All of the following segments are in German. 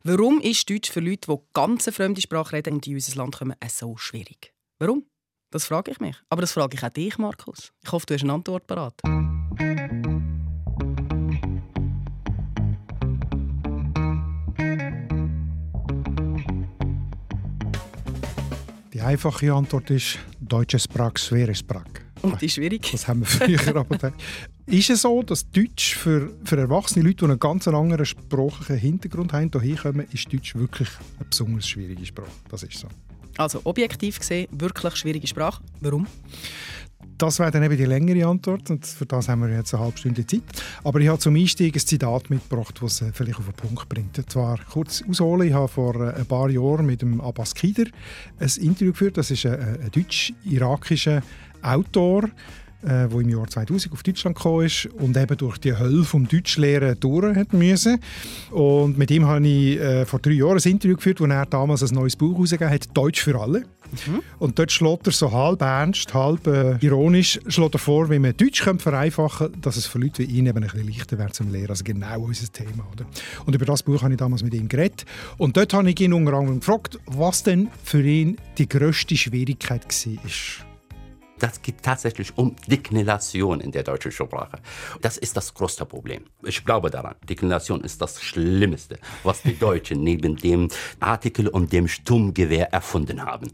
Warum ist Deutsch für Leute, die ganz eine fremde Sprache reden und in unser Land kommen, so schwierig? Warum? Das frage ich mich. Aber das frage ich auch dich, Markus. Ich hoffe, du hast eine Antwort parat. Die einfache Antwort ist «Deutsche Sprache, schwere Sprache». Und die ist schwierig. Das haben wir früher aber gedacht. Ist es so, dass Deutsch für erwachsene Leute, die einen ganz anderen sprachlichen Hintergrund haben, hierher kommen, ist Deutsch wirklich eine besonders schwierige Sprache? Das ist so. Also objektiv gesehen, wirklich schwierige Sprache. Warum? Das wäre dann eben die längere Antwort und für das haben wir jetzt eine halbe Stunde Zeit. Aber ich habe zum Einstieg ein Zitat mitgebracht, das es vielleicht auf den Punkt bringt. Und zwar kurz ausholen. Ich habe vor ein paar Jahren mit dem Abbas Kider ein Interview geführt. Das ist ein deutsch-irakischer Autor, der im Jahr 2000 auf Deutschland gekommen ist und eben durch die Hölle vom Deutschlehren durch musste. Und mit ihm habe ich vor 3 Jahren ein Interview geführt, wo er damals ein neues Buch herausgegeben hat, «Deutsch für alle». Und dort schlägt er so halb ernst, halb ironisch schlägt er vor, wie man Deutsch vereinfachen könnte, dass es für Leute wie ihn eben ein bisschen leichter wäre zum Lehren. Also genau unser Thema. Oder? Und über das Buch habe ich damals mit ihm geredet. Und dort habe ich ihn unter anderem gefragt, was denn für ihn die grösste Schwierigkeit war. Das geht tatsächlich um Deklination in der deutschen Sprache. Das ist das größte Problem. Ich glaube daran, Deklination ist das Schlimmste, was die Deutschen neben dem Artikel und dem Sturmgewehr erfunden haben.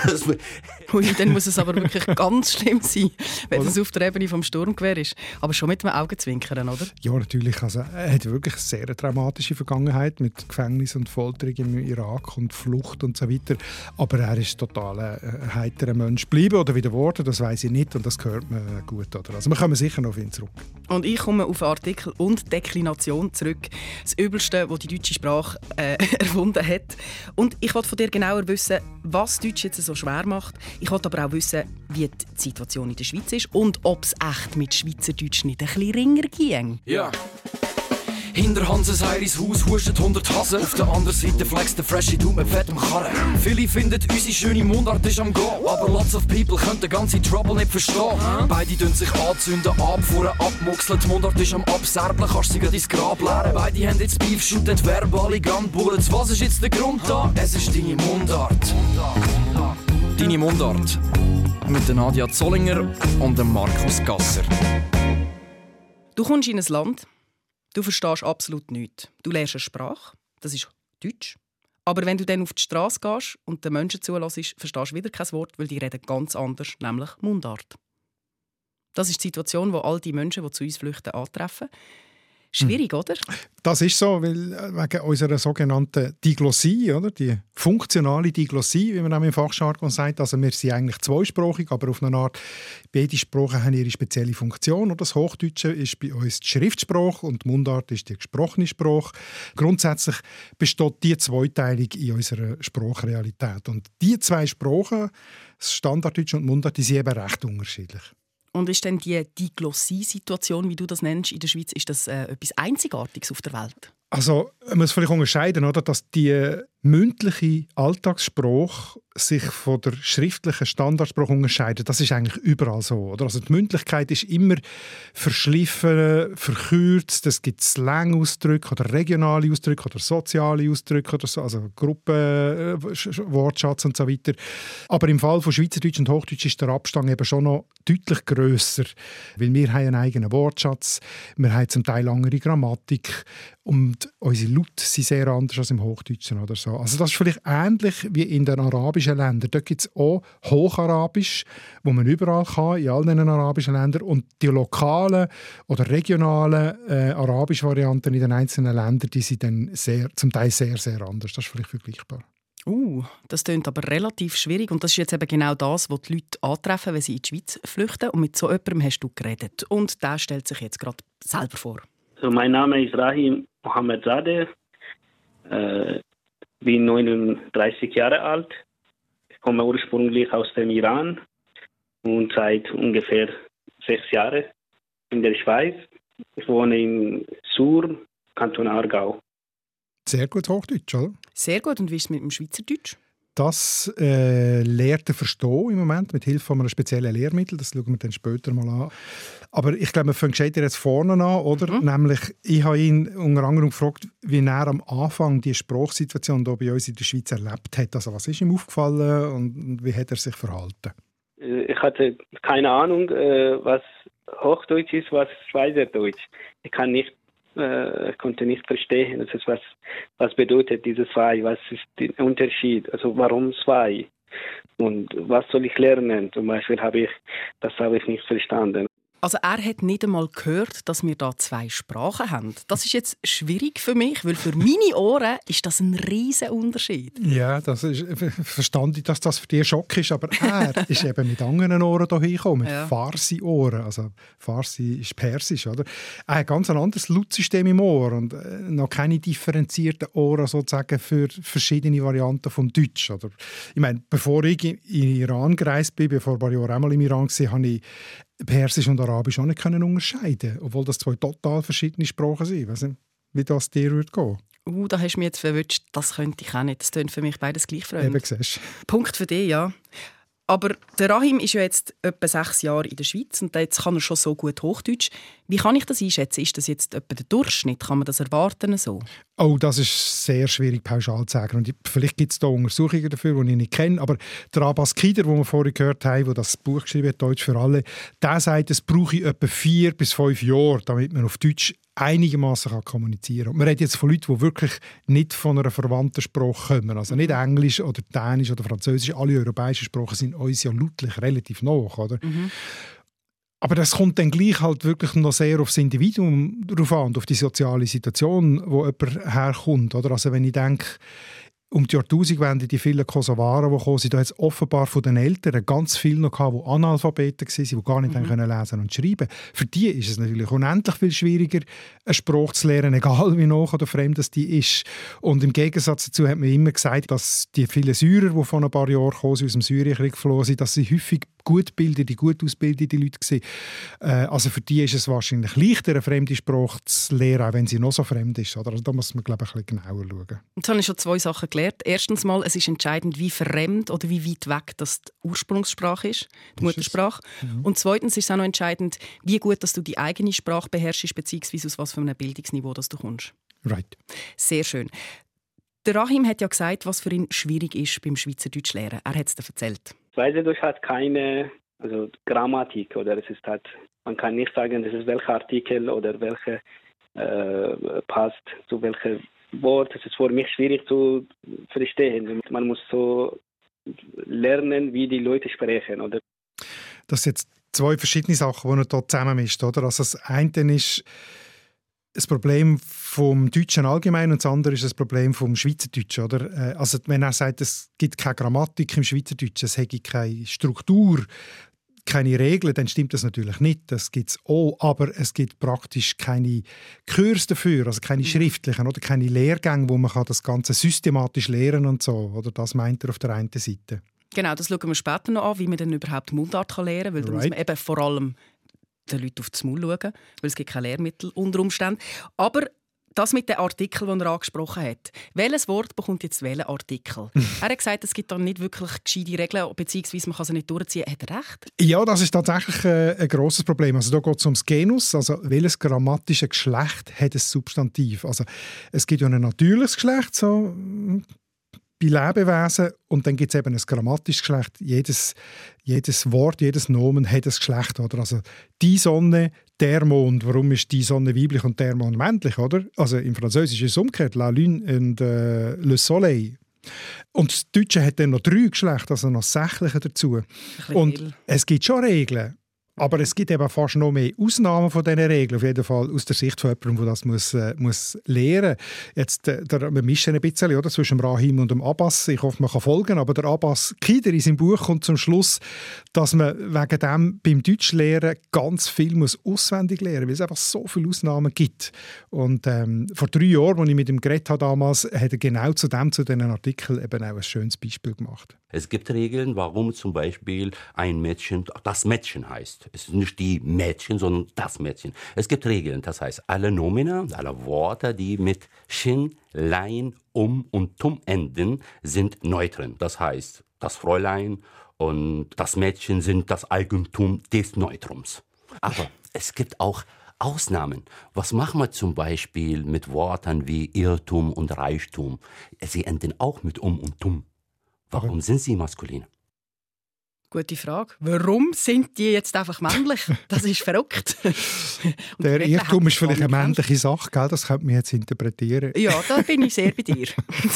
Ui, dann muss es aber wirklich ganz schlimm sein, wenn das auf der Ebene vom Sturmgewehr ist. Aber schon mit einem Augenzwinkern, oder? Ja, natürlich. Also, er hat wirklich eine sehr dramatische Vergangenheit mit Gefängnis und Folterung im Irak und Flucht und so weiter. Aber er ist total ein heiterer Mensch geblieben oder wieder geworden. Das weiss ich nicht und das hört man gut. Oder? Also wir kommen sicher noch auf ihn zurück. Und ich komme auf Artikel und Deklination zurück. Das Übelste, das die deutsche Sprache erfunden hat. Und ich wollte von dir genauer wissen, was Deutsch jetzt so schwer macht. Ich wollte aber auch wissen, wie die Situation in der Schweiz ist und ob es echt mit Schweizerdeutsch nicht ein bisschen ringer ging. Ja. Hinter Hanses Heiris Haus hustet 100 Hasen. Auf der anderen Seite flext der Freshie Dude mit fettem Karren. Viele finden, unsere schöne Mundart ist am Gehen. Aber lots of people können den ganzen Trouble nicht verstehen. Beide tun sich anzünden, abfuhren, abmuxeln. Die Mundart ist am Abserblen, kannst sie gerade ins Grab leeren. Beide haben jetzt Beef, shooten verbale Gunbullets. Was ist jetzt der Grund da? Es ist deine Mundart. Deine Mundart. Mit der Nadia Zollinger und dem Markus Gasser. Du kommst in ein Land, du verstehst absolut nichts. Du lernst eine Sprache, das ist Deutsch. Aber wenn du dann auf die Straße gehst und den Menschen zuhörst, verstehst du wieder kein Wort, weil die reden ganz anders, nämlich Mundart. Das ist die Situation, die all die Menschen, die zu uns flüchten, antreffen. Schwierig, oder? Das ist so, weil wegen unserer sogenannten Diglossie, oder? Die funktionale Diglossie, wie man auch im Fachjargon sagt. Also wir sind eigentlich zweisprachig, aber auf eine Art, beide Sprachen haben ihre spezielle Funktion. Oder? Das Hochdeutsche ist bei uns die Schriftsprache und die Mundart ist die gesprochene Sprache. Grundsätzlich besteht diese Zweiteilung in unserer Sprachrealität. Und diese zwei Sprachen, das Standarddeutsch und Mundart, die sind eben recht unterschiedlich. Und ist denn die Diglossie-Situation, wie du das nennst, in der Schweiz, ist das etwas Einzigartiges auf der Welt? Also, man muss vielleicht unterscheiden, oder, dass die mündliche Alltagssprache sich von der schriftlichen Standardsprache unterscheidet. Das ist eigentlich überall so. Oder? Also die Mündlichkeit ist immer verschliffen, verkürzt. Es gibt Slang-Ausdrücke oder regionale Ausdrücke oder soziale Ausdrücke, oder so, also Gruppenwortschatz und so weiter. Aber im Fall von Schweizerdeutsch und Hochdeutsch ist der Abstand eben schon noch deutlich grösser. Weil wir haben einen eigenen Wortschatz, wir haben zum Teil andere Grammatik und unsere Laute sind sehr anders als im Hochdeutschen oder so. Also das ist vielleicht ähnlich wie in den arabischen Ländern. Dort gibt es auch Hocharabisch, wo man überall kann, in all diesen arabischen Ländern. Und die lokalen oder regionalen Arabisch-Varianten in den einzelnen Ländern, die sind dann zum Teil sehr, sehr anders. Das ist vielleicht vergleichbar. Das klingt aber relativ schwierig. Und das ist jetzt eben genau das, was die Leute antreffen, wenn sie in die Schweiz flüchten. Und mit so jemandem hast du geredet. Und der stellt sich jetzt gerade selber vor. So, mein Name ist Rahim Mohammed-Zadeh. Bin 39 Jahre alt. Ich komme ursprünglich aus dem Iran und seit ungefähr 6 Jahren in der Schweiz. Ich wohne in Sur, Kanton Aargau. Sehr gut Hochdeutsch, oder? Sehr gut. Und wie ist es mit dem Schweizerdeutsch? Das lernt er verstehen im Moment mit Hilfe von einem speziellen Lehrmittel. Das schauen wir dann später mal an. Aber ich glaube, wir fangen gescheiter jetzt vorne an, oder? Nämlich, ich habe ihn unter anderem gefragt, wie er am Anfang die Sprachsituation hier bei uns in der Schweiz erlebt hat. Also was ist ihm aufgefallen und wie hat er sich verhalten? Ich hatte keine Ahnung, was Hochdeutsch ist, was Schweizerdeutsch. Ich konnte nicht verstehen, das ist was bedeutet diese zwei, was ist der Unterschied, also warum zwei und was soll ich lernen, zum Beispiel habe ich nicht verstanden. Also er hat nicht einmal gehört, dass wir da 2 Sprachen haben. Das ist jetzt schwierig für mich, weil für meine Ohren ist das ein riesen Unterschied. Ja, das ist verständlich, dass das für dich ein Schock ist, aber er ist eben mit anderen Ohren hierher gekommen, mit Farsi-Ohren. Also Farsi ist Persisch, oder? Er hat ganz ein anderes Lautsystem im Ohr und noch keine differenzierten Ohren sozusagen für verschiedene Varianten vom Deutsch. Oder? Ich meine, bevor ich in Iran gereist bin, vor ein paar Jahren einmal im Iran war, habe ich Persisch und Arabisch auch nicht unterscheiden, obwohl das 2 total verschiedene Sprachen sind. Ich weiss nicht, wie das dir gehen würde. Da hast du mich jetzt verwünscht. Das könnte ich auch nicht. Das klingt für mich beides gleich fremd. Eben, siehst du. Punkt für dich, ja. Aber der Rahim ist ja jetzt etwa 6 Jahre in der Schweiz und jetzt kann er schon so gut Hochdeutsch. Wie kann ich das einschätzen? Ist das jetzt etwa der Durchschnitt? Kann man das erwarten so? Oh, das ist sehr schwierig pauschal zu sagen. Und vielleicht gibt es da Untersuchungen dafür, die ich nicht kenne. Aber der Abbas Kider, den wir vorhin gehört haben, der das Buch geschrieben hat, «Deutsch für alle», der sagt, es brauche etwa 4 bis 5 Jahre, damit man auf Deutsch einigermaßen kommunizieren kann. Man redet jetzt von Leuten, die wirklich nicht von einer verwandten Sprache kommen. Also nicht Englisch oder Dänisch oder Französisch. Alle europäischen Sprachen sind uns ja lautlich relativ nah, oder? Aber das kommt dann gleich halt wirklich noch sehr aufs Individuum drauf an und auf die soziale Situation, wo jemand herkommt. Oder? Also wenn ich denke, um die Jahrtausendwende, die vielen Kosovaren, die gekommen sind, da hat es offenbar von den Eltern ganz viele noch gehabt, die Analphabeten waren, die gar nicht können lesen und schreiben. Für die ist es natürlich unendlich viel schwieriger, eine Sprache zu lernen, egal wie nach oder fremd das die ist. Und im Gegensatz dazu hat man immer gesagt, dass die vielen Syrer, die vor ein paar Jahren gekommen sind, aus dem Syrienkrieg geflohen sind, dass sie häufig gut ausgebildete Leute waren. Also für die ist es wahrscheinlich leichter, eine fremde Sprache zu lernen, auch wenn sie noch so fremd ist. Oder? Also da muss man, glaube ich, ein bisschen genauer schauen. Jetzt habe ich schon 2 Sachen gelernt. Erstens mal, es ist entscheidend, wie fremd oder wie weit weg das die Ursprungssprache ist, die Muttersprache. Und zweitens ist es auch noch entscheidend, wie gut dass du die eigene Sprache beherrschst, beziehungsweise aus was für einem Bildungsniveau dass du kommst. Right. Sehr schön. Der Rahim hat ja gesagt, was für ihn schwierig ist beim Schweizerdeutsch lernen. Er hat es dir erzählt. Schweizerdeutsch hat keine Grammatik oder es ist halt, man kann nicht sagen, das ist welcher Artikel oder welche passt zu welchem Wort. Es ist für mich schwierig zu verstehen. Man muss so lernen, wie die Leute sprechen. Oder? Das sind jetzt 2 verschiedene Sachen, die man hier zusammenmischt. Oder? Also das eine ist das Problem vom Deutschen allgemein und das andere ist das Problem vom Schweizerdeutschen. Oder? Also wenn er sagt, es gibt keine Grammatik im Schweizerdeutschen, es hätte keine Struktur, keine Regeln, dann stimmt das natürlich nicht. Das gibt es auch, aber es gibt praktisch keine Kurse dafür, also keine schriftlichen oder keine Lehrgänge, wo man das Ganze systematisch lehren und so. Oder das meint er auf der einen Seite. Genau, das schauen wir später noch an, wie man dann überhaupt Mundart lernen kann, weil da muss man eben vor allem den Leuten auf das Maul schauen, weil es gibt keine Lehrmittel unter Umständen. Aber das mit den Artikeln, die er angesprochen hat. Welches Wort bekommt jetzt welchen Artikel? Er hat gesagt, es gibt da nicht wirklich gescheite Regeln, beziehungsweise man kann sie nicht durchziehen. Hat er recht? Ja, das ist tatsächlich ein grosses Problem. Also da geht es ums Genus, also welches grammatische Geschlecht hat ein Substantiv. Also es gibt ja ein natürliches Geschlecht, so bei Lebewesen, und dann gibt es eben ein grammatisches Geschlecht. Jedes Wort, jedes Nomen hat ein Geschlecht. Oder? Also die Sonne, der Mond. Warum ist die Sonne weiblich und der Mond männlich? Oder? Also im Französischen ist es umgekehrt. La Lune und le Soleil. Und das Deutsche hat dann noch 3 Geschlechter, also noch sächliche dazu. Und es gibt schon Regeln. Aber es gibt eben fast noch mehr Ausnahmen von diesen Regeln, auf jeden Fall aus der Sicht von jemandem, der das muss lernen muss. Jetzt, wir mischen ein bisschen, oder, zwischen dem Rahim und dem Abbas. Ich hoffe, man kann folgen. Aber der Abbas Kider in seinem Buch kommt zum Schluss, dass man wegen dem beim Deutschlernen ganz viel auswendig lernen muss, weil es einfach so viele Ausnahmen gibt. Und vor 3 Jahren, als ich mit ihm geredet habe damals, hat er genau zu diesen Artikeln eben auch ein schönes Beispiel gemacht. Es gibt Regeln, warum zum Beispiel ein Mädchen das Mädchen heißt. Wort. Es ist nicht die Mädchen, sondern das Mädchen. Es gibt Regeln, das heißt, alle Nomina, alle Worte, die mit Shin, Lein, und Tum enden, sind Neutren. Das heißt, das Fräulein und das Mädchen sind das Eigentum des Neutrums. Aber es gibt auch Ausnahmen. Was machen wir zum Beispiel mit Worten wie Irrtum und Reichtum? Sie enden auch mit und Tum. Warum sind sie maskulin? Gute Frage. Warum sind die jetzt einfach männlich? Das ist verrückt. Der Irrtum ist vielleicht eine männliche Sache, gell? Das könnte man jetzt interpretieren. Ja, da bin ich sehr bei dir.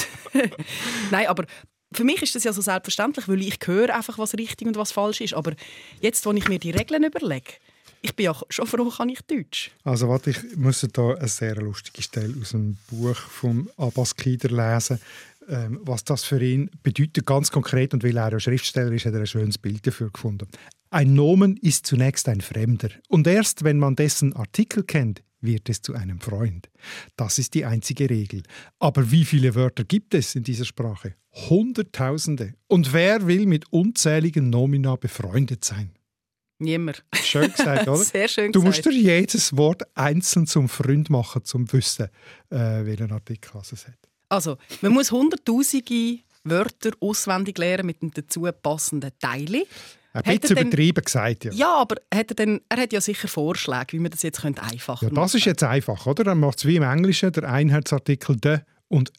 Nein, aber für mich ist das ja so selbstverständlich, weil ich höre einfach, was richtig und was falsch ist. Aber jetzt, wo ich mir die Regeln überlege, ich bin ja schon froh, kann ich Deutsch. Also warte, ich muss da eine sehr lustige Stelle aus dem Buch von Abbas Kider lesen. Was das für ihn bedeutet, ganz konkret, und weil er ja Schriftsteller ist, hat er ein schönes Bild dafür gefunden. Ein Nomen ist zunächst ein Fremder. Und erst wenn man dessen Artikel kennt, wird es zu einem Freund. Das ist die einzige Regel. Aber wie viele Wörter gibt es in dieser Sprache? Hunderttausende. Und wer will mit unzähligen Nomina befreundet sein? Niemand. Schön gesagt, oder? Sehr schön du gesagt. musst dir jedes Wort einzeln zum Freund machen, um zu wissen, welchen Artikel es hat. Also, man muss hunderttausende Wörter auswendig lernen mit einem dazu passenden Teil. Ein bisschen übertrieben gesagt, ja. Ja, aber er hat ja sicher Vorschläge, wie man das jetzt einfacher machen könnte. Ja, das ist jetzt einfach, oder? Dann macht es wie im Englischen der Einheitsartikel «de» und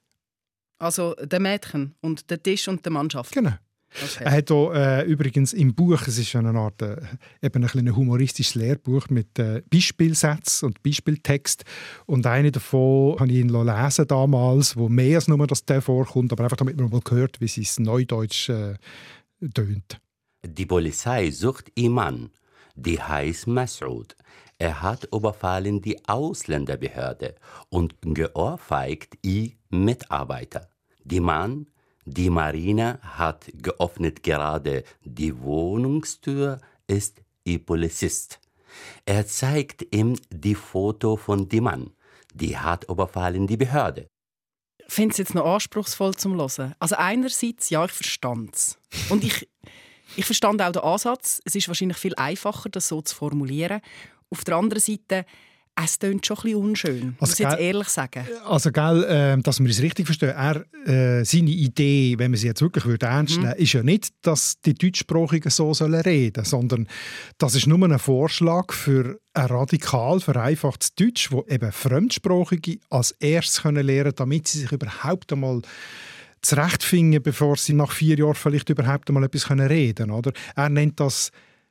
Also der Mädchen und der Tisch und der Mannschaft. Genau. Okay. Er hat auch, übrigens im Buch, es ist eine Art eben ein humoristisches Lehrbuch mit Beispielsätzen und Beispieltext. Und eine davon habe ich ihn lesen damals, wo mehr als nur das «de» vorkommt, aber einfach damit man mal hört, wie es Neudeutsch tönt. Die Polizei sucht Iman, die heißt Mas'ud. Er hat überfallen die Ausländerbehörde und geohrfeigt die Mitarbeiter. Die Mann, die Marina hat geöffnet gerade die Wohnungstür, ist die Polizist. Er zeigt ihm die Foto von dem Mann, die hat überfallen die Behörde. Ich finde es jetzt noch anspruchsvoll zum Hören. Also einerseits, ja, ich verstand es. Und ich verstand auch den Ansatz. Es ist wahrscheinlich viel einfacher, das so zu formulieren. Auf der anderen Seite, es klingt schon ein bisschen unschön, muss ich jetzt ehrlich sagen. Also, dass wir es richtig verstehen, seine Idee, wenn man sie jetzt wirklich ernst nehmen würde, ist ja nicht, dass die Deutschsprachigen so reden sollen, sondern das ist nur ein Vorschlag für ein radikal vereinfachtes Deutsch, das eben Fremdsprachige als erstes lernen können, damit sie sich überhaupt einmal zurechtfinden, bevor sie nach 4 Jahren vielleicht überhaupt einmal etwas reden können. Oder? Er nennt das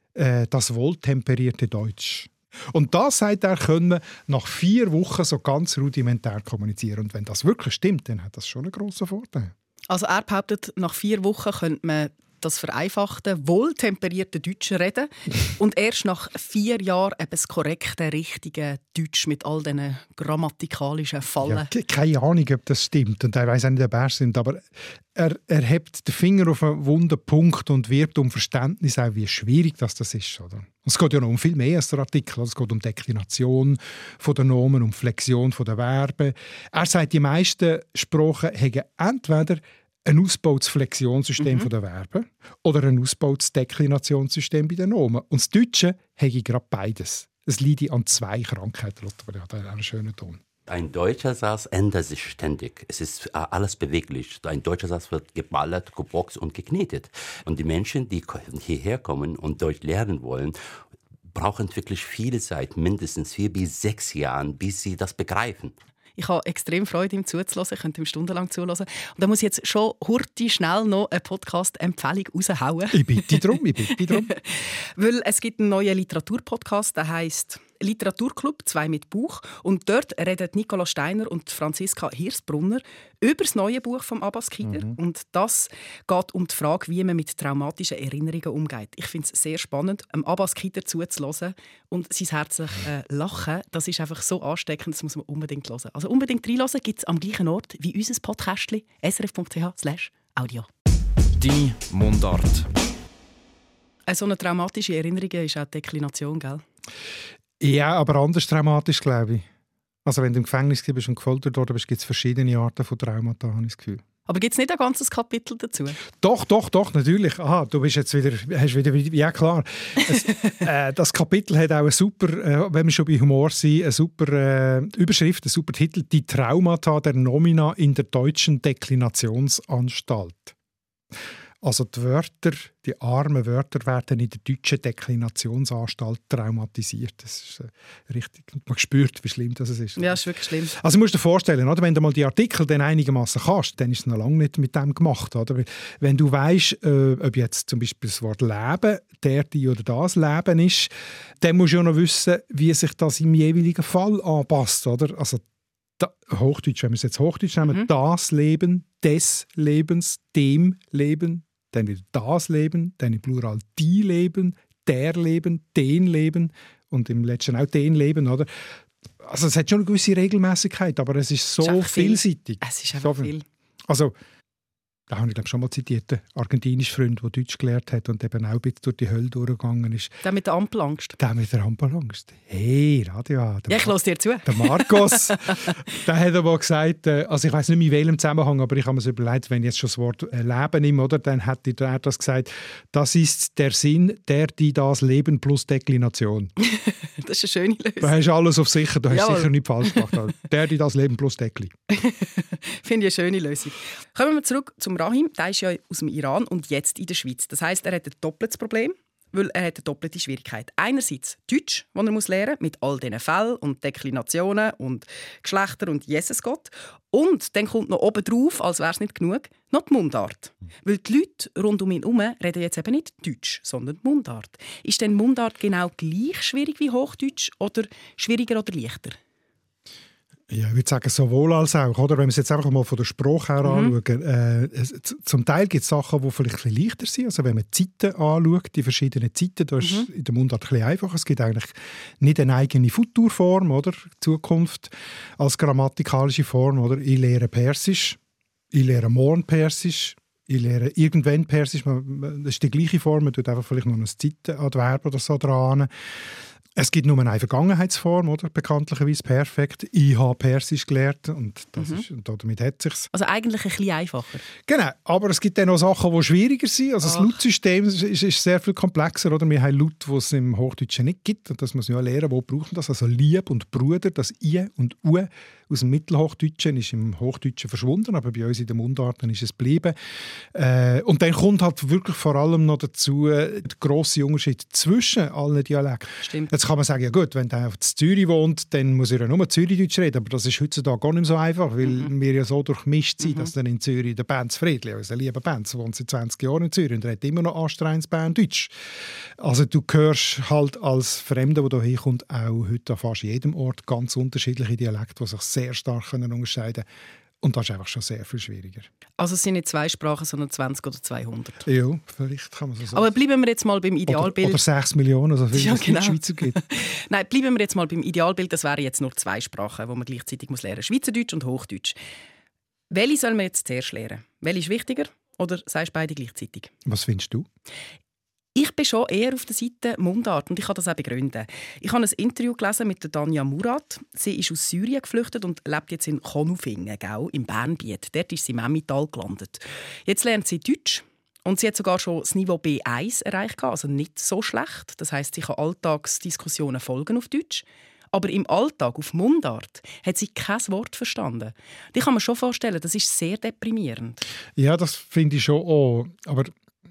wohltemperierte Deutsch. Und das, sagt er, können nach 4 Wochen so ganz rudimentär kommunizieren. Und wenn das wirklich stimmt, dann hat das schon einen grossen Vorteil. Also er behauptet, nach 4 Wochen könnte man das vereinfachte, wohltemperierte Deutsch reden und erst nach 4 Jahren eben das korrekte, richtige Deutsch mit all diesen grammatikalischen Fallen. Ja, keine Ahnung, ob das stimmt und er weiß auch nicht, ob er stimmt, aber er hebt den Finger auf einen wunden Punkt und wirbt um Verständnis, auch wie schwierig das ist. Oder? Es geht ja noch um viel mehr als der Artikel. Es geht um Deklination der Nomen, um Flexion der Verben. Er sagt, die meisten Sprachen haben entweder ein ausgebautes Flexionssystem der Verben oder ein ausgebautes Deklinationssystem bei den Nomen. Und das Deutsche habe gerade beides. Es leidet an 2 Krankheiten. Lothar hat einen schönen Ton. Ein deutscher Satz ändert sich ständig. Es ist alles beweglich. Ein deutscher Satz wird geballert, geboxt und geknetet. Und die Menschen, die hierher kommen und Deutsch lernen wollen, brauchen wirklich viel Zeit, mindestens 4 bis 6 Jahre, bis sie das begreifen. Ich habe extrem Freude, ihm zuzuhören. Ich könnte ihm stundenlang zuhören. Und da muss ich jetzt schon schnell noch eine Podcast-Empfehlung raushauen. Ich bitte darum. Weil es gibt einen neuen Literaturpodcast, der heisst «Literaturclub 2 mit Buch». Und dort reden Nicola Steiner und Franziska Hirsbrunner über das neue Buch von Abbas Kider. Und das geht um die Frage, wie man mit traumatischen Erinnerungen umgeht. Ich finde es sehr spannend, Abbas Kider zuzuhören und sein herzliches Lachen. Das ist einfach so ansteckend, das muss man unbedingt hören. Also unbedingt reinhören, gibt es am gleichen Ort wie unser Podcastchen srf.ch/audio. Deine Mundart. So eine traumatische Erinnerung ist auch die Deklination, gell? Ja, aber anders traumatisch, glaube ich. Also wenn du im Gefängnis bist und gefoltert worden bist, gibt es verschiedene Arten von Traumata, habe ich das Gefühl. Aber gibt es nicht ein ganzes Kapitel dazu? Doch, natürlich. Aha, du bist jetzt wieder, ja klar. Das Kapitel hat auch eine super, wenn wir schon bei Humor sind, eine super Überschrift, einen super Titel, «Die Traumata der Nomina in der deutschen Deklinationsanstalt». Also die Wörter, die armen Wörter werden in der deutschen Deklinationsanstalt traumatisiert. Das ist richtig. Man spürt, wie schlimm das ist. Ja, das ist wirklich schlimm. Also du musst dir vorstellen, oder? Wenn du mal die Artikel dann einigermaßen kannst, dann ist es noch lange nicht mit dem gemacht. Oder? Wenn du weißt, ob jetzt zum Beispiel das Wort Leben, die oder das Leben ist, dann musst du ja noch wissen, wie sich das im jeweiligen Fall anpasst. Oder? Also Hochdeutsch, wenn wir es jetzt Hochdeutsch nehmen, das Leben, des Lebens, dem Leben, dann wieder das Leben, dann im Plural die Leben, der Leben, den Leben und im letzten auch den Leben, oder? Also es hat schon eine gewisse Regelmäßigkeit, aber es ist so vielseitig. Es ist einfach viel. Also, da habe ich glaube schon mal zitiert, einen argentinischen Freund, der Deutsch gelernt hat und eben auch ein bisschen durch die Hölle durchgegangen ist. Der mit der Ampelangst. Der mit der Ampelangst. Hey, Radio. Ja, ich höre dir zu. Der Marcos, der hat aber gesagt, also ich weiß nicht mehr in welchem Zusammenhang, aber ich habe mir so überlegt, wenn ich jetzt schon das Wort Leben nehme, oder, dann hat er das gesagt, das ist der Sinn, die das Leben plus Deklination. Das ist eine schöne Lösung. Du hast alles auf sicher, du hast sicher nichts falsch gemacht. Die das Leben plus Dekli. Finde ich eine schöne Lösung. Kommen wir zurück zum Rahim. Der ist ja aus dem Iran und jetzt in der Schweiz. Das heisst, er hat ein doppeltes Problem, weil er hat eine doppelte Schwierigkeit. Einerseits Deutsch, das er lernen muss, mit all diesen Fällen und Deklinationen und Geschlechter und Jessesgott. Und dann kommt noch obendrauf, als wäre es nicht genug, noch die Mundart. Weil die Leute rund um ihn herum reden jetzt eben nicht Deutsch, sondern Mundart. Ist denn Mundart genau gleich schwierig wie Hochdeutsch oder schwieriger oder leichter? Ja, ich würde sagen, sowohl als auch. Oder? Wenn wir es jetzt einfach mal von der Sprache her anschauen, zum Teil gibt es Sachen, die vielleicht ein bisschen leichter sind. Also wenn man die Zeiten anschaut, die verschiedenen Zeiten, da ist in der Mundart ein bisschen einfacher. Es gibt eigentlich nicht eine eigene Futurform, oder? Zukunft als grammatikalische Form. Oder? Ich lehre Persisch, ich lehre morgen Persisch, ich lehre irgendwann Persisch. Das ist die gleiche Form, man tut einfach vielleicht noch ein Zeitenadverb oder so dran. Es gibt nur eine Vergangenheitsform, oder? Bekanntlicherweise perfekt. Ich habe Persisch gelernt und, und damit hat es sich. Also eigentlich ein bisschen einfacher. Genau, aber es gibt dann auch Sachen, die schwieriger sind. Also das Lautsystem ist sehr viel komplexer. Oder? Wir haben Laute, die es im Hochdeutschen nicht gibt. Und das muss man ja lernen, wo braucht man das. Also Lieb und Bruder, das I und U aus dem Mittelhochdeutschen ist im Hochdeutschen verschwunden, aber bei uns in den Mundarten ist es geblieben. Und dann kommt halt wirklich vor allem noch dazu der grosse Unterschied zwischen allen Dialekten. Stimmt. Jetzt kann man sagen, ja gut, wenn der in Zürich wohnt, dann muss er ja nur Zürichdeutsch reden, aber das ist heutzutage gar nicht so einfach, weil wir ja so durchmischt sind, dass dann in Zürich der Benz Friedli, unser lieber Benz, wohnt seit 20 Jahren in Zürich und redet immer noch anstrengendes Berndeutsch. Also du hörst halt als Fremder, der hier kommt, auch heute an fast jedem Ort ganz unterschiedliche Dialekte, die sich sehr stark unterscheiden können. Und das ist einfach schon sehr viel schwieriger. Also es sind nicht 2 Sprachen, sondern 20 oder 200. Ja, vielleicht kann man so sagen. Aber bleiben wir jetzt mal beim Idealbild. Oder 6 Millionen, also viel, es in der Schweizer gibt. Nein, bleiben wir jetzt mal beim Idealbild. Das wären jetzt nur 2 Sprachen, die man gleichzeitig lernen muss. Schweizerdeutsch und Hochdeutsch. Welche soll man jetzt zuerst lernen? Welche ist wichtiger? Oder sagst du beide gleichzeitig? Was findest du? Ich bin schon eher auf der Seite Mundart und ich kann das auch begründen. Ich habe ein Interview gelesen mit der Danja Murat. Sie ist aus Syrien geflüchtet und lebt jetzt in Konufingen, im Bernbiet. Dort ist sie im Emmental gelandet. Jetzt lernt sie Deutsch und sie hat sogar schon das Niveau B1 erreicht, also nicht so schlecht. Das heisst, sie kann Alltagsdiskussionen folgen auf Deutsch. Aber im Alltag, auf Mundart, hat sie kein Wort verstanden. Ich kann mir schon vorstellen, das ist sehr deprimierend. Ja, das finde ich schon auch. Aber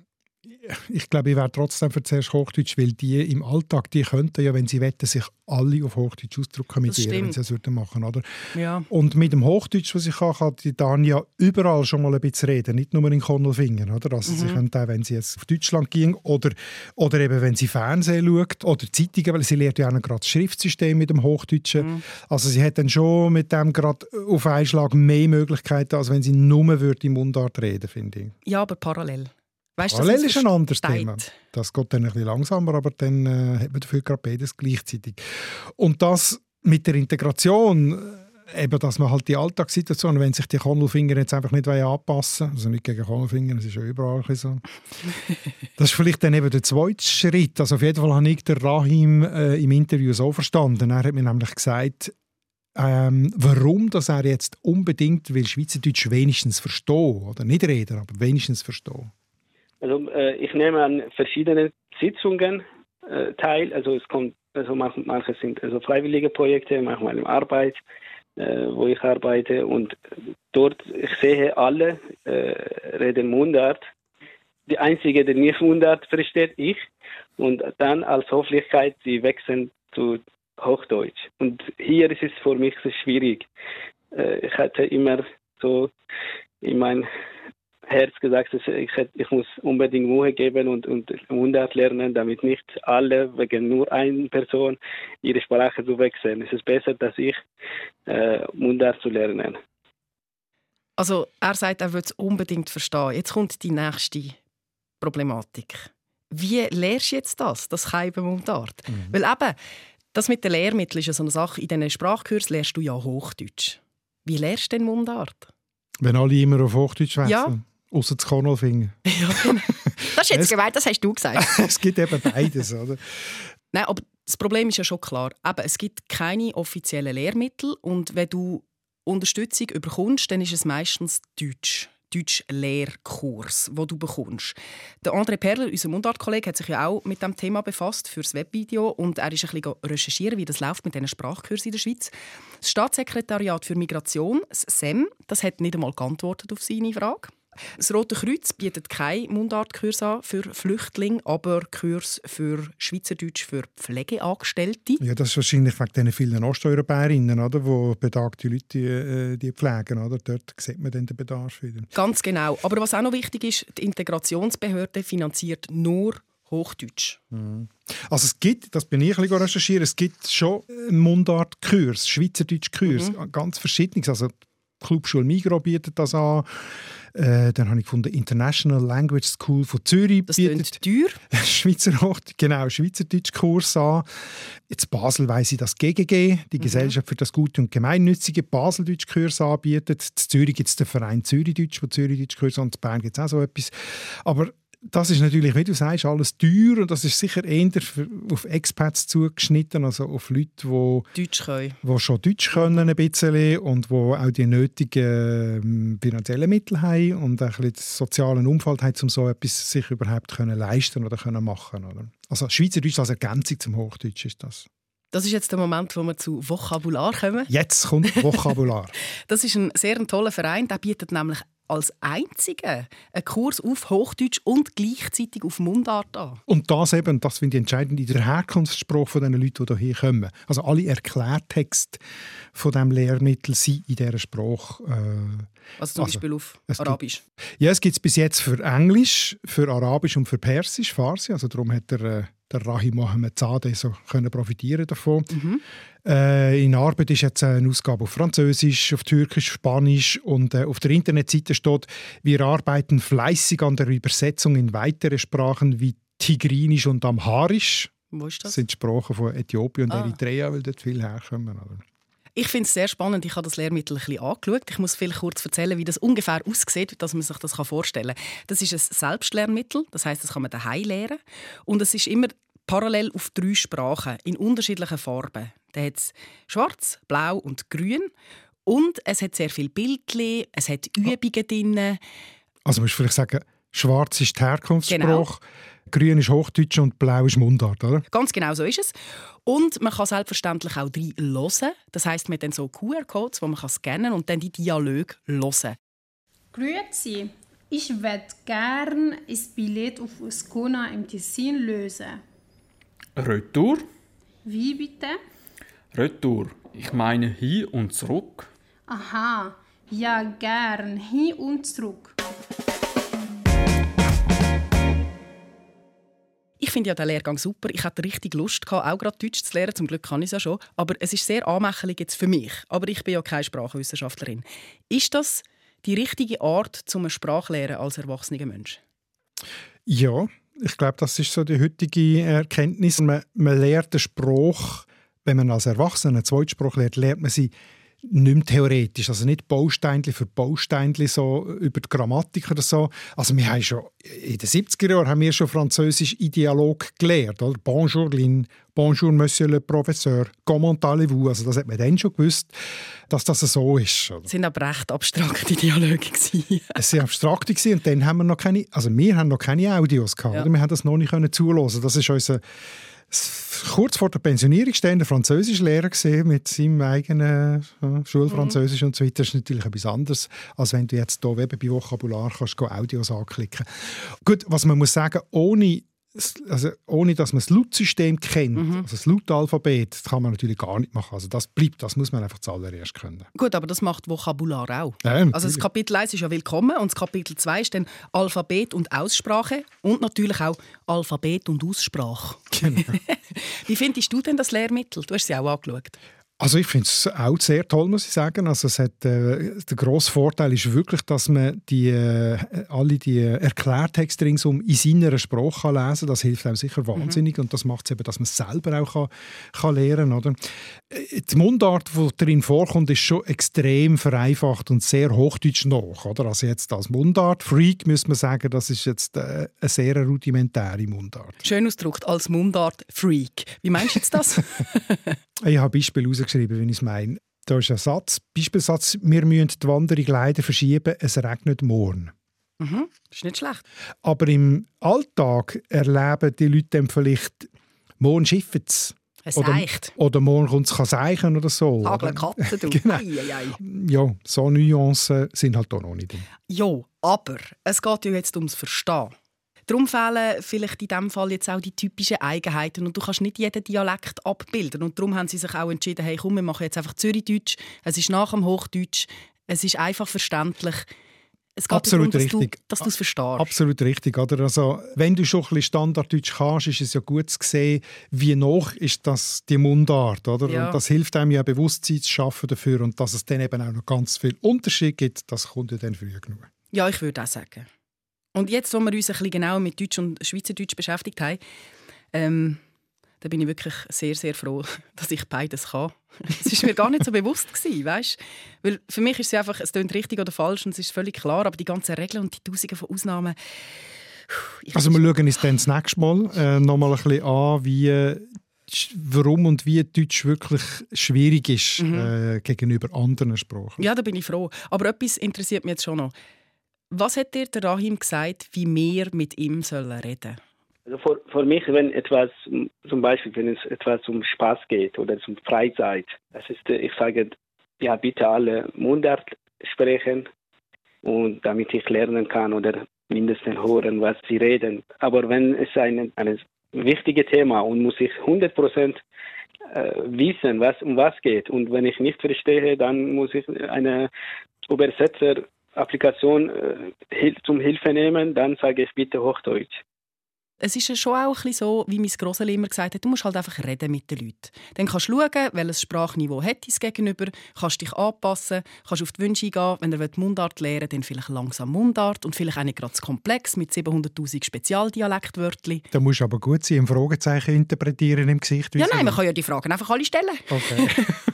ich glaube, ich wäre trotzdem für zuerst Hochdeutsch, weil die im Alltag, die könnten ja, wenn sie wollen, sich alle auf Hochdeutsch ausdrücken mit ihr, wenn sie das machen, oder? Ja. Und mit dem Hochdeutsch, was ich kann die Danja überall schon mal ein bisschen reden, nicht nur in Konolfingen, oder? Also sie könnte auch, wenn sie jetzt auf Deutschland ging oder eben, wenn sie Fernsehen schaut oder Zeitungen, weil sie lernt ja auch gerade das Schriftsystem mit dem Hochdeutschen. Also sie hat dann schon mit dem gerade auf einen Schlag mehr Möglichkeiten, als wenn sie nur im Mundart reden, finde ich. Ja, aber parallel. Weißt, parallel ist ein anderes Thema. Das geht dann ein bisschen langsamer, aber dann hat man dafür gerade beides gleichzeitig. Und das mit der Integration, eben, dass man halt die Alltagssituation, wenn sich die Konolfinger jetzt einfach nicht anpassen wollen, also nicht gegen Konolfinger, das ist ja überall so. Das ist vielleicht dann eben der zweite Schritt. Also auf jeden Fall habe ich den Rahim im Interview so verstanden. Er hat mir nämlich gesagt, warum dass er jetzt unbedingt will Schweizerdeutsch wenigstens verstehen oder nicht reden, aber wenigstens verstehen. Also ich nehme an verschiedenen Sitzungen teil. Also es kommt, also manche sind also freiwillige Projekte, manchmal in Arbeit, wo ich arbeite, und dort ich sehe alle reden Mundart. Die einzige, die nicht Mundart versteht, ich. Und dann als Höflichkeit, sie wechseln zu Hochdeutsch. Und hier ist es für mich so schwierig. Ich hatte immer so in mein Herz gesagt, dass ich muss unbedingt Mühe geben und Mundart lernen, damit nicht alle wegen nur einer Person ihre Sprache zu wechseln. Es ist besser, dass ich Mundart zu lernen. Also er sagt, er will es unbedingt verstehen. Jetzt kommt die nächste Problematik. Wie lernst du jetzt das Keiben Mundart? Weil eben, das mit den Lehrmitteln ist ja so eine Sache. In diesen Sprachkursen lernst du ja Hochdeutsch. Wie lernst du denn Mundart? Wenn alle immer auf Hochdeutsch wechseln. Ja. Ausser das Kornelfinger. Ja, genau. Das ist jetzt gemeint, das hast du gesagt. Es gibt eben beides, oder? Nein, aber das Problem ist ja schon klar. Eben, es gibt keine offiziellen Lehrmittel und wenn du Unterstützung bekommst, dann ist es meistens Deutsch-Lehrkurs, den du bekommst. Der André Perler, unser Mundart-Kollege, hat sich ja auch mit dem Thema befasst für das Webvideo und er ist ein bisschen recherchieren, wie das läuft mit diesen Sprachkursen in der Schweiz. Das Staatssekretariat für Migration, das SEM, das hat nicht einmal geantwortet auf seine Frage. Das Rote Kreuz bietet keine Mundartkurs an für Flüchtlinge, aber Kurs für Schweizerdeutsch für Pflegeangestellte. Ja, das ist wahrscheinlich wegen diesen vielen Osteuropäerinnen, oder, die bedagte Leute die pflegen. Oder? Dort sieht man dann den Bedarf wieder. Ganz genau. Aber was auch noch wichtig ist, die Integrationsbehörde finanziert nur Hochdeutsch. Also es gibt, das bin ich ein bisschen recherchiert, es gibt schon Mundartkurs, Schweizerdeutsch-Kurs, ganz verschiedenes. Also die Clubschule Migros bietet das an. Dann habe ich gefunden, International Language School von Zürich das bietet teuer. Schweizerdeutsch-Kurs an. Jetzt Basel weiss ich, dass GGG, die Gesellschaft für das Gute und Gemeinnützige, Baseldeutsch-Kurs anbietet. In Zürich gibt es den Verein Zürichdeutsch, der Zürichdeutsch-Kurs hat. Und in Bern gibt es auch so etwas. Aber das ist natürlich, wie du sagst, alles teuer und das ist sicher eher auf Expats zugeschnitten, also auf Leute, die schon Deutsch können ein bisschen und die auch die nötigen finanziellen Mittel haben und ein bisschen den sozialen Umfeld haben, um so etwas sich überhaupt leisten oder machen können. Also Schweizerdeutsch als Ergänzung zum Hochdeutsch ist das. Das ist jetzt der Moment, wo wir zu Vokabular kommen. Jetzt kommt Vokabular. Das ist ein sehr toller Verein, der bietet nämlich als einziger einen Kurs auf Hochdeutsch und gleichzeitig auf Mundart an. Und das eben, das finde ich entscheidend, in der Herkunftssprache von den Leuten, die hierher kommen. Also alle Erklärtexte von diesem Lehrmittel sind in dieser Sprache. Also zum Beispiel auf Arabisch? Ja, es gibt es bis jetzt für Englisch, für Arabisch und für Persisch, Farsi. Also darum hat der Rahim Mohammed Zadeh so profitieren davon. In Arbeit ist jetzt eine Ausgabe auf Französisch, auf Türkisch, Spanisch und auf der Internetseite steht, wir arbeiten fleißig an der Übersetzung in weitere Sprachen wie Tigrinisch und Amharisch. Wo ist das? Das sind Sprachen von Äthiopien und Eritrea, weil dort viel herkommen. Ich finde es sehr spannend. Ich habe das Lehrmittel ein bisschen angeschaut. Ich muss vielleicht kurz erzählen, wie das ungefähr aussieht, dass man sich das vorstellen kann. Das ist ein Selbstlernmittel, das heisst, das kann man daheim lernen. Und es ist immer parallel auf 3 Sprachen in unterschiedlichen Farben. Da hat es Schwarz, Blau und Grün. Und es hat sehr viele Bildchen, es hat Übungen drin. Also musst du vielleicht sagen, Schwarz ist die Herkunftssprache, genau. Grün ist Hochdeutsch und Blau ist Mundart, oder? Ganz genau so ist es. Und man kann selbstverständlich auch hören. Das heisst, man hat dann so QR-Codes, die man scannen kann und dann die Dialoge hören. Grüezi, ich würde gerne ein Billett auf Ascona im Tessin lösen. Retour? Wie bitte? Retour. Ich meine hin und zurück. Aha, ja gern, hin und zurück. Ich finde ja den Lehrgang super. Ich hatte richtig Lust gehabt, auch gerade Deutsch zu lernen. Zum Glück kann ich es ja schon. Aber es ist sehr anmächtig jetzt für mich. Aber ich bin ja keine Sprachwissenschaftlerin. Ist das die richtige Art, zum Sprachlehren als erwachsener Mensch? Ja, ich glaube, das ist so die heutige Erkenntnis. Man lernt den Spruch, wenn man als Erwachsener einen Zweitsprache lernt man sie nicht mehr theoretisch, also nicht Bausteinchen für Bausteinchen so über die Grammatik oder so. Also wir haben schon in den 70er Jahren haben wir schon Französisch in Dialog gelernt, oder? Bonjour Lynn, bonjour Monsieur le Professeur, comment allez-vous? Also das hat man dann schon gewusst, dass das so ist. Oder? Das waren aber recht abstrakte Dialoge. Es waren abstrakte und dann haben wir noch keine, also wir haben noch keine Audios gehabt, oder? Wir haben das noch nicht zuhören. Das ist unser kurz vor der Pensionierung stehender Französischlehrer gesehen mit seinem eigenen Schulfranzösisch und so weiter. Das ist natürlich etwas anderes, als wenn du jetzt hier bei Vokabular kannst Audios anklicken. Gut, was man muss sagen, ohne dass man das Lautsystem kennt, also das Lautalphabet, das kann man natürlich gar nicht machen. Also das bleibt, das muss man einfach zuallererst können. Gut, aber das macht Vokabular auch. Ja, also das Kapitel 1 ist ja willkommen und das Kapitel 2 ist dann Alphabet und Aussprache und natürlich auch Alphabet und Aussprache. Genau. Wie findest du denn das Lehrmittel? Du hast sie auch angeschaut. Also ich finde es auch sehr toll, muss ich sagen. Also es hat, der grosse Vorteil ist wirklich, dass man alle die Erklärtexte ringsum in seiner Sprache lesen kann. Das hilft einem sicher wahnsinnig und das macht es eben, dass man es selber auch kann lernen kann. Die Mundart, die darin vorkommt, ist schon extrem vereinfacht und sehr hochdeutsch nach. Oder? Also jetzt als Mundart-Freak müsste man sagen, das ist jetzt eine sehr rudimentäre Mundart. Schön ausgedrückt, als Mundart-Freak. Wie meinst du jetzt das? Ich habe Beispiele herausgeschrieben, wie ich es meine. Da ist ein Beispielsatz, wir müssen die Wanderung leider verschieben, es regnet morgen. Das ist nicht schlecht. Aber im Alltag erleben die Leute dann vielleicht, morgen schiffen es. Es reicht. Oder morgen kommt es seichen oder so. Hageln Katzen, du. Genau. Ei. Ja, so Nuancen sind halt auch noch nicht drin. Ja, aber es geht ja jetzt ums Verstehen. Darum fehlen vielleicht in diesem Fall jetzt auch die typischen Eigenheiten und du kannst nicht jeden Dialekt abbilden. Und darum haben sie sich auch entschieden, hey, komm, wir machen jetzt einfach Zürichdeutsch. Es ist nach dem Hochdeutsch, es ist einfach verständlich. Es geht absolut darum, richtig. Dass du es verstehst. Absolut richtig. Oder? Also, wenn du schon ein bisschen Standarddeutsch kannst, ist es ja gut zu sehen, wie noch ist das die Mundart. Oder? Ja. Und das hilft einem ja, Bewusstsein zu schaffen dafür. Und dass es dann eben auch noch ganz viel Unterschied gibt, das kommt ja dann früh genug. Ja, ich würde auch sagen. Und jetzt, wo wir uns ein bisschen genauer mit Deutsch und Schweizerdeutsch beschäftigt haben, da bin ich wirklich sehr, sehr froh, dass ich beides kann. Das war mir gar nicht so bewusst gewesen, weißt? Weil für mich ist es einfach, es klingt richtig oder falsch und es ist völlig klar, aber die ganzen Regeln und die Tausenden von Ausnahmen... Also wir schauen uns dann das nächste Mal noch mal ein bisschen an, warum und wie Deutsch wirklich schwierig ist gegenüber anderen Sprachen. Ja, da bin ich froh. Aber etwas interessiert mich jetzt schon noch. Was hat dir der Rahim gesagt, wie wir mit ihm reden sollen? Also für mich, wenn etwas, zum Beispiel, wenn es etwas um Spaß geht oder um Freizeit, das ist, ich sage, ja, bitte alle Mundart sprechen und damit ich lernen kann oder mindestens hören, was sie reden. Aber wenn es ein wichtiges Thema und muss ich 100% wissen, um was geht. Und wenn ich nicht verstehe, dann muss ich eine Übersetzer-Applikation zum Hilfe nehmen, dann sage ich bitte Hochdeutsch. Es ist ja schon auch ein bisschen so, wie mein Grosseli immer gesagt hat, du musst halt einfach reden mit den Leuten. Dann kannst du schauen, welches Sprachniveau hat dein Gegenüber, kannst dich anpassen, kannst auf die Wünsche eingehen. Wenn er Mundart lernen will, dann vielleicht langsam Mundart und vielleicht auch nicht gerade zu komplex mit 700'000 Spezialdialektwörtchen. Da musst du aber gut sein, ein Fragezeichen interpretieren im Gesicht. Ja, nein, man kann ja die Fragen einfach alle stellen. Okay.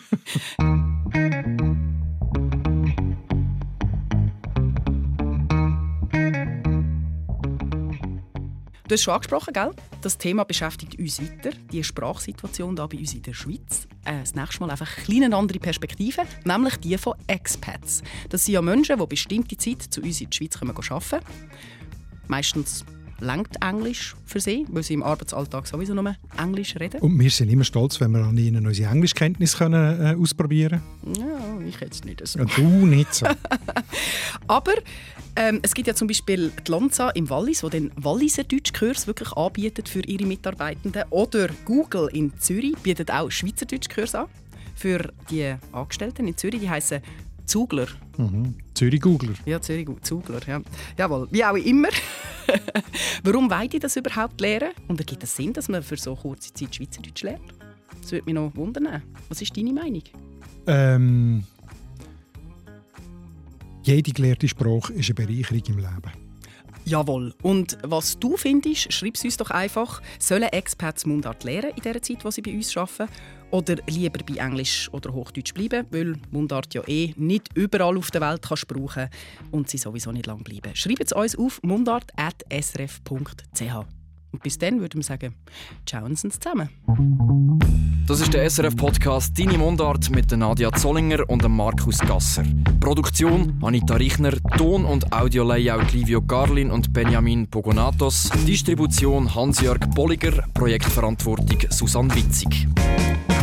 Du hast es schon angesprochen, gell? Das Thema beschäftigt uns weiter, die Sprachsituation hier bei uns in der Schweiz. Das nächste Mal einfach eine andere Perspektive, nämlich die von Expats. Das sind ja Menschen, die bestimmte Zeit zu uns in die Schweiz arbeiten können. Meistens reicht Englisch für sie, weil sie im Arbeitsalltag sowieso nur Englisch reden. Und wir sind immer stolz, wenn wir an ihnen unsere Englischkenntnisse ausprobieren können. Ja, ich jetzt nicht so. Ja, du nicht so. Aber es gibt ja zum Beispiel die Lonza im Wallis, die den Walliser Deutschkurs wirklich anbietet für ihre Mitarbeitenden. Oder Google in Zürich bietet auch Schweizerdeutschkurs an für die Angestellten in Zürich. Die heissen Zugler. Zürich-Googler. Ja, Zürich-Zugler. Ja. Jawohl, wie auch immer. Warum wollen die das überhaupt lernen? Und ergibt es Sinn, dass man für so kurze Zeit Schweizerdeutsch lernt? Das würde mich noch wundern. Was ist deine Meinung? Jede gelehrte Sprache ist eine Bereicherung im Leben. Jawohl. Und was du findest, schreib es uns doch einfach. Sollen Expats Mundart lernen in der Zeit, wo sie bei uns arbeiten? Oder lieber bei Englisch oder Hochdeutsch bleiben, weil Mundart ja nicht überall auf der Welt kannst brauchen und sie sowieso nicht lang bleiben. Schreibt es uns auf mundart@srf.ch. Und bis dann würde ich sagen, ciao zusammen. Das ist der SRF-Podcast «Deine Mundart» mit Nadia Zollinger und Markus Gasser. Produktion Anita Richner, Ton- und Audio-Layout Livio Garlin und Benjamin Pogonatos, Distribution Hans-Jörg Bolliger, Projektverantwortung Susanne Witzig.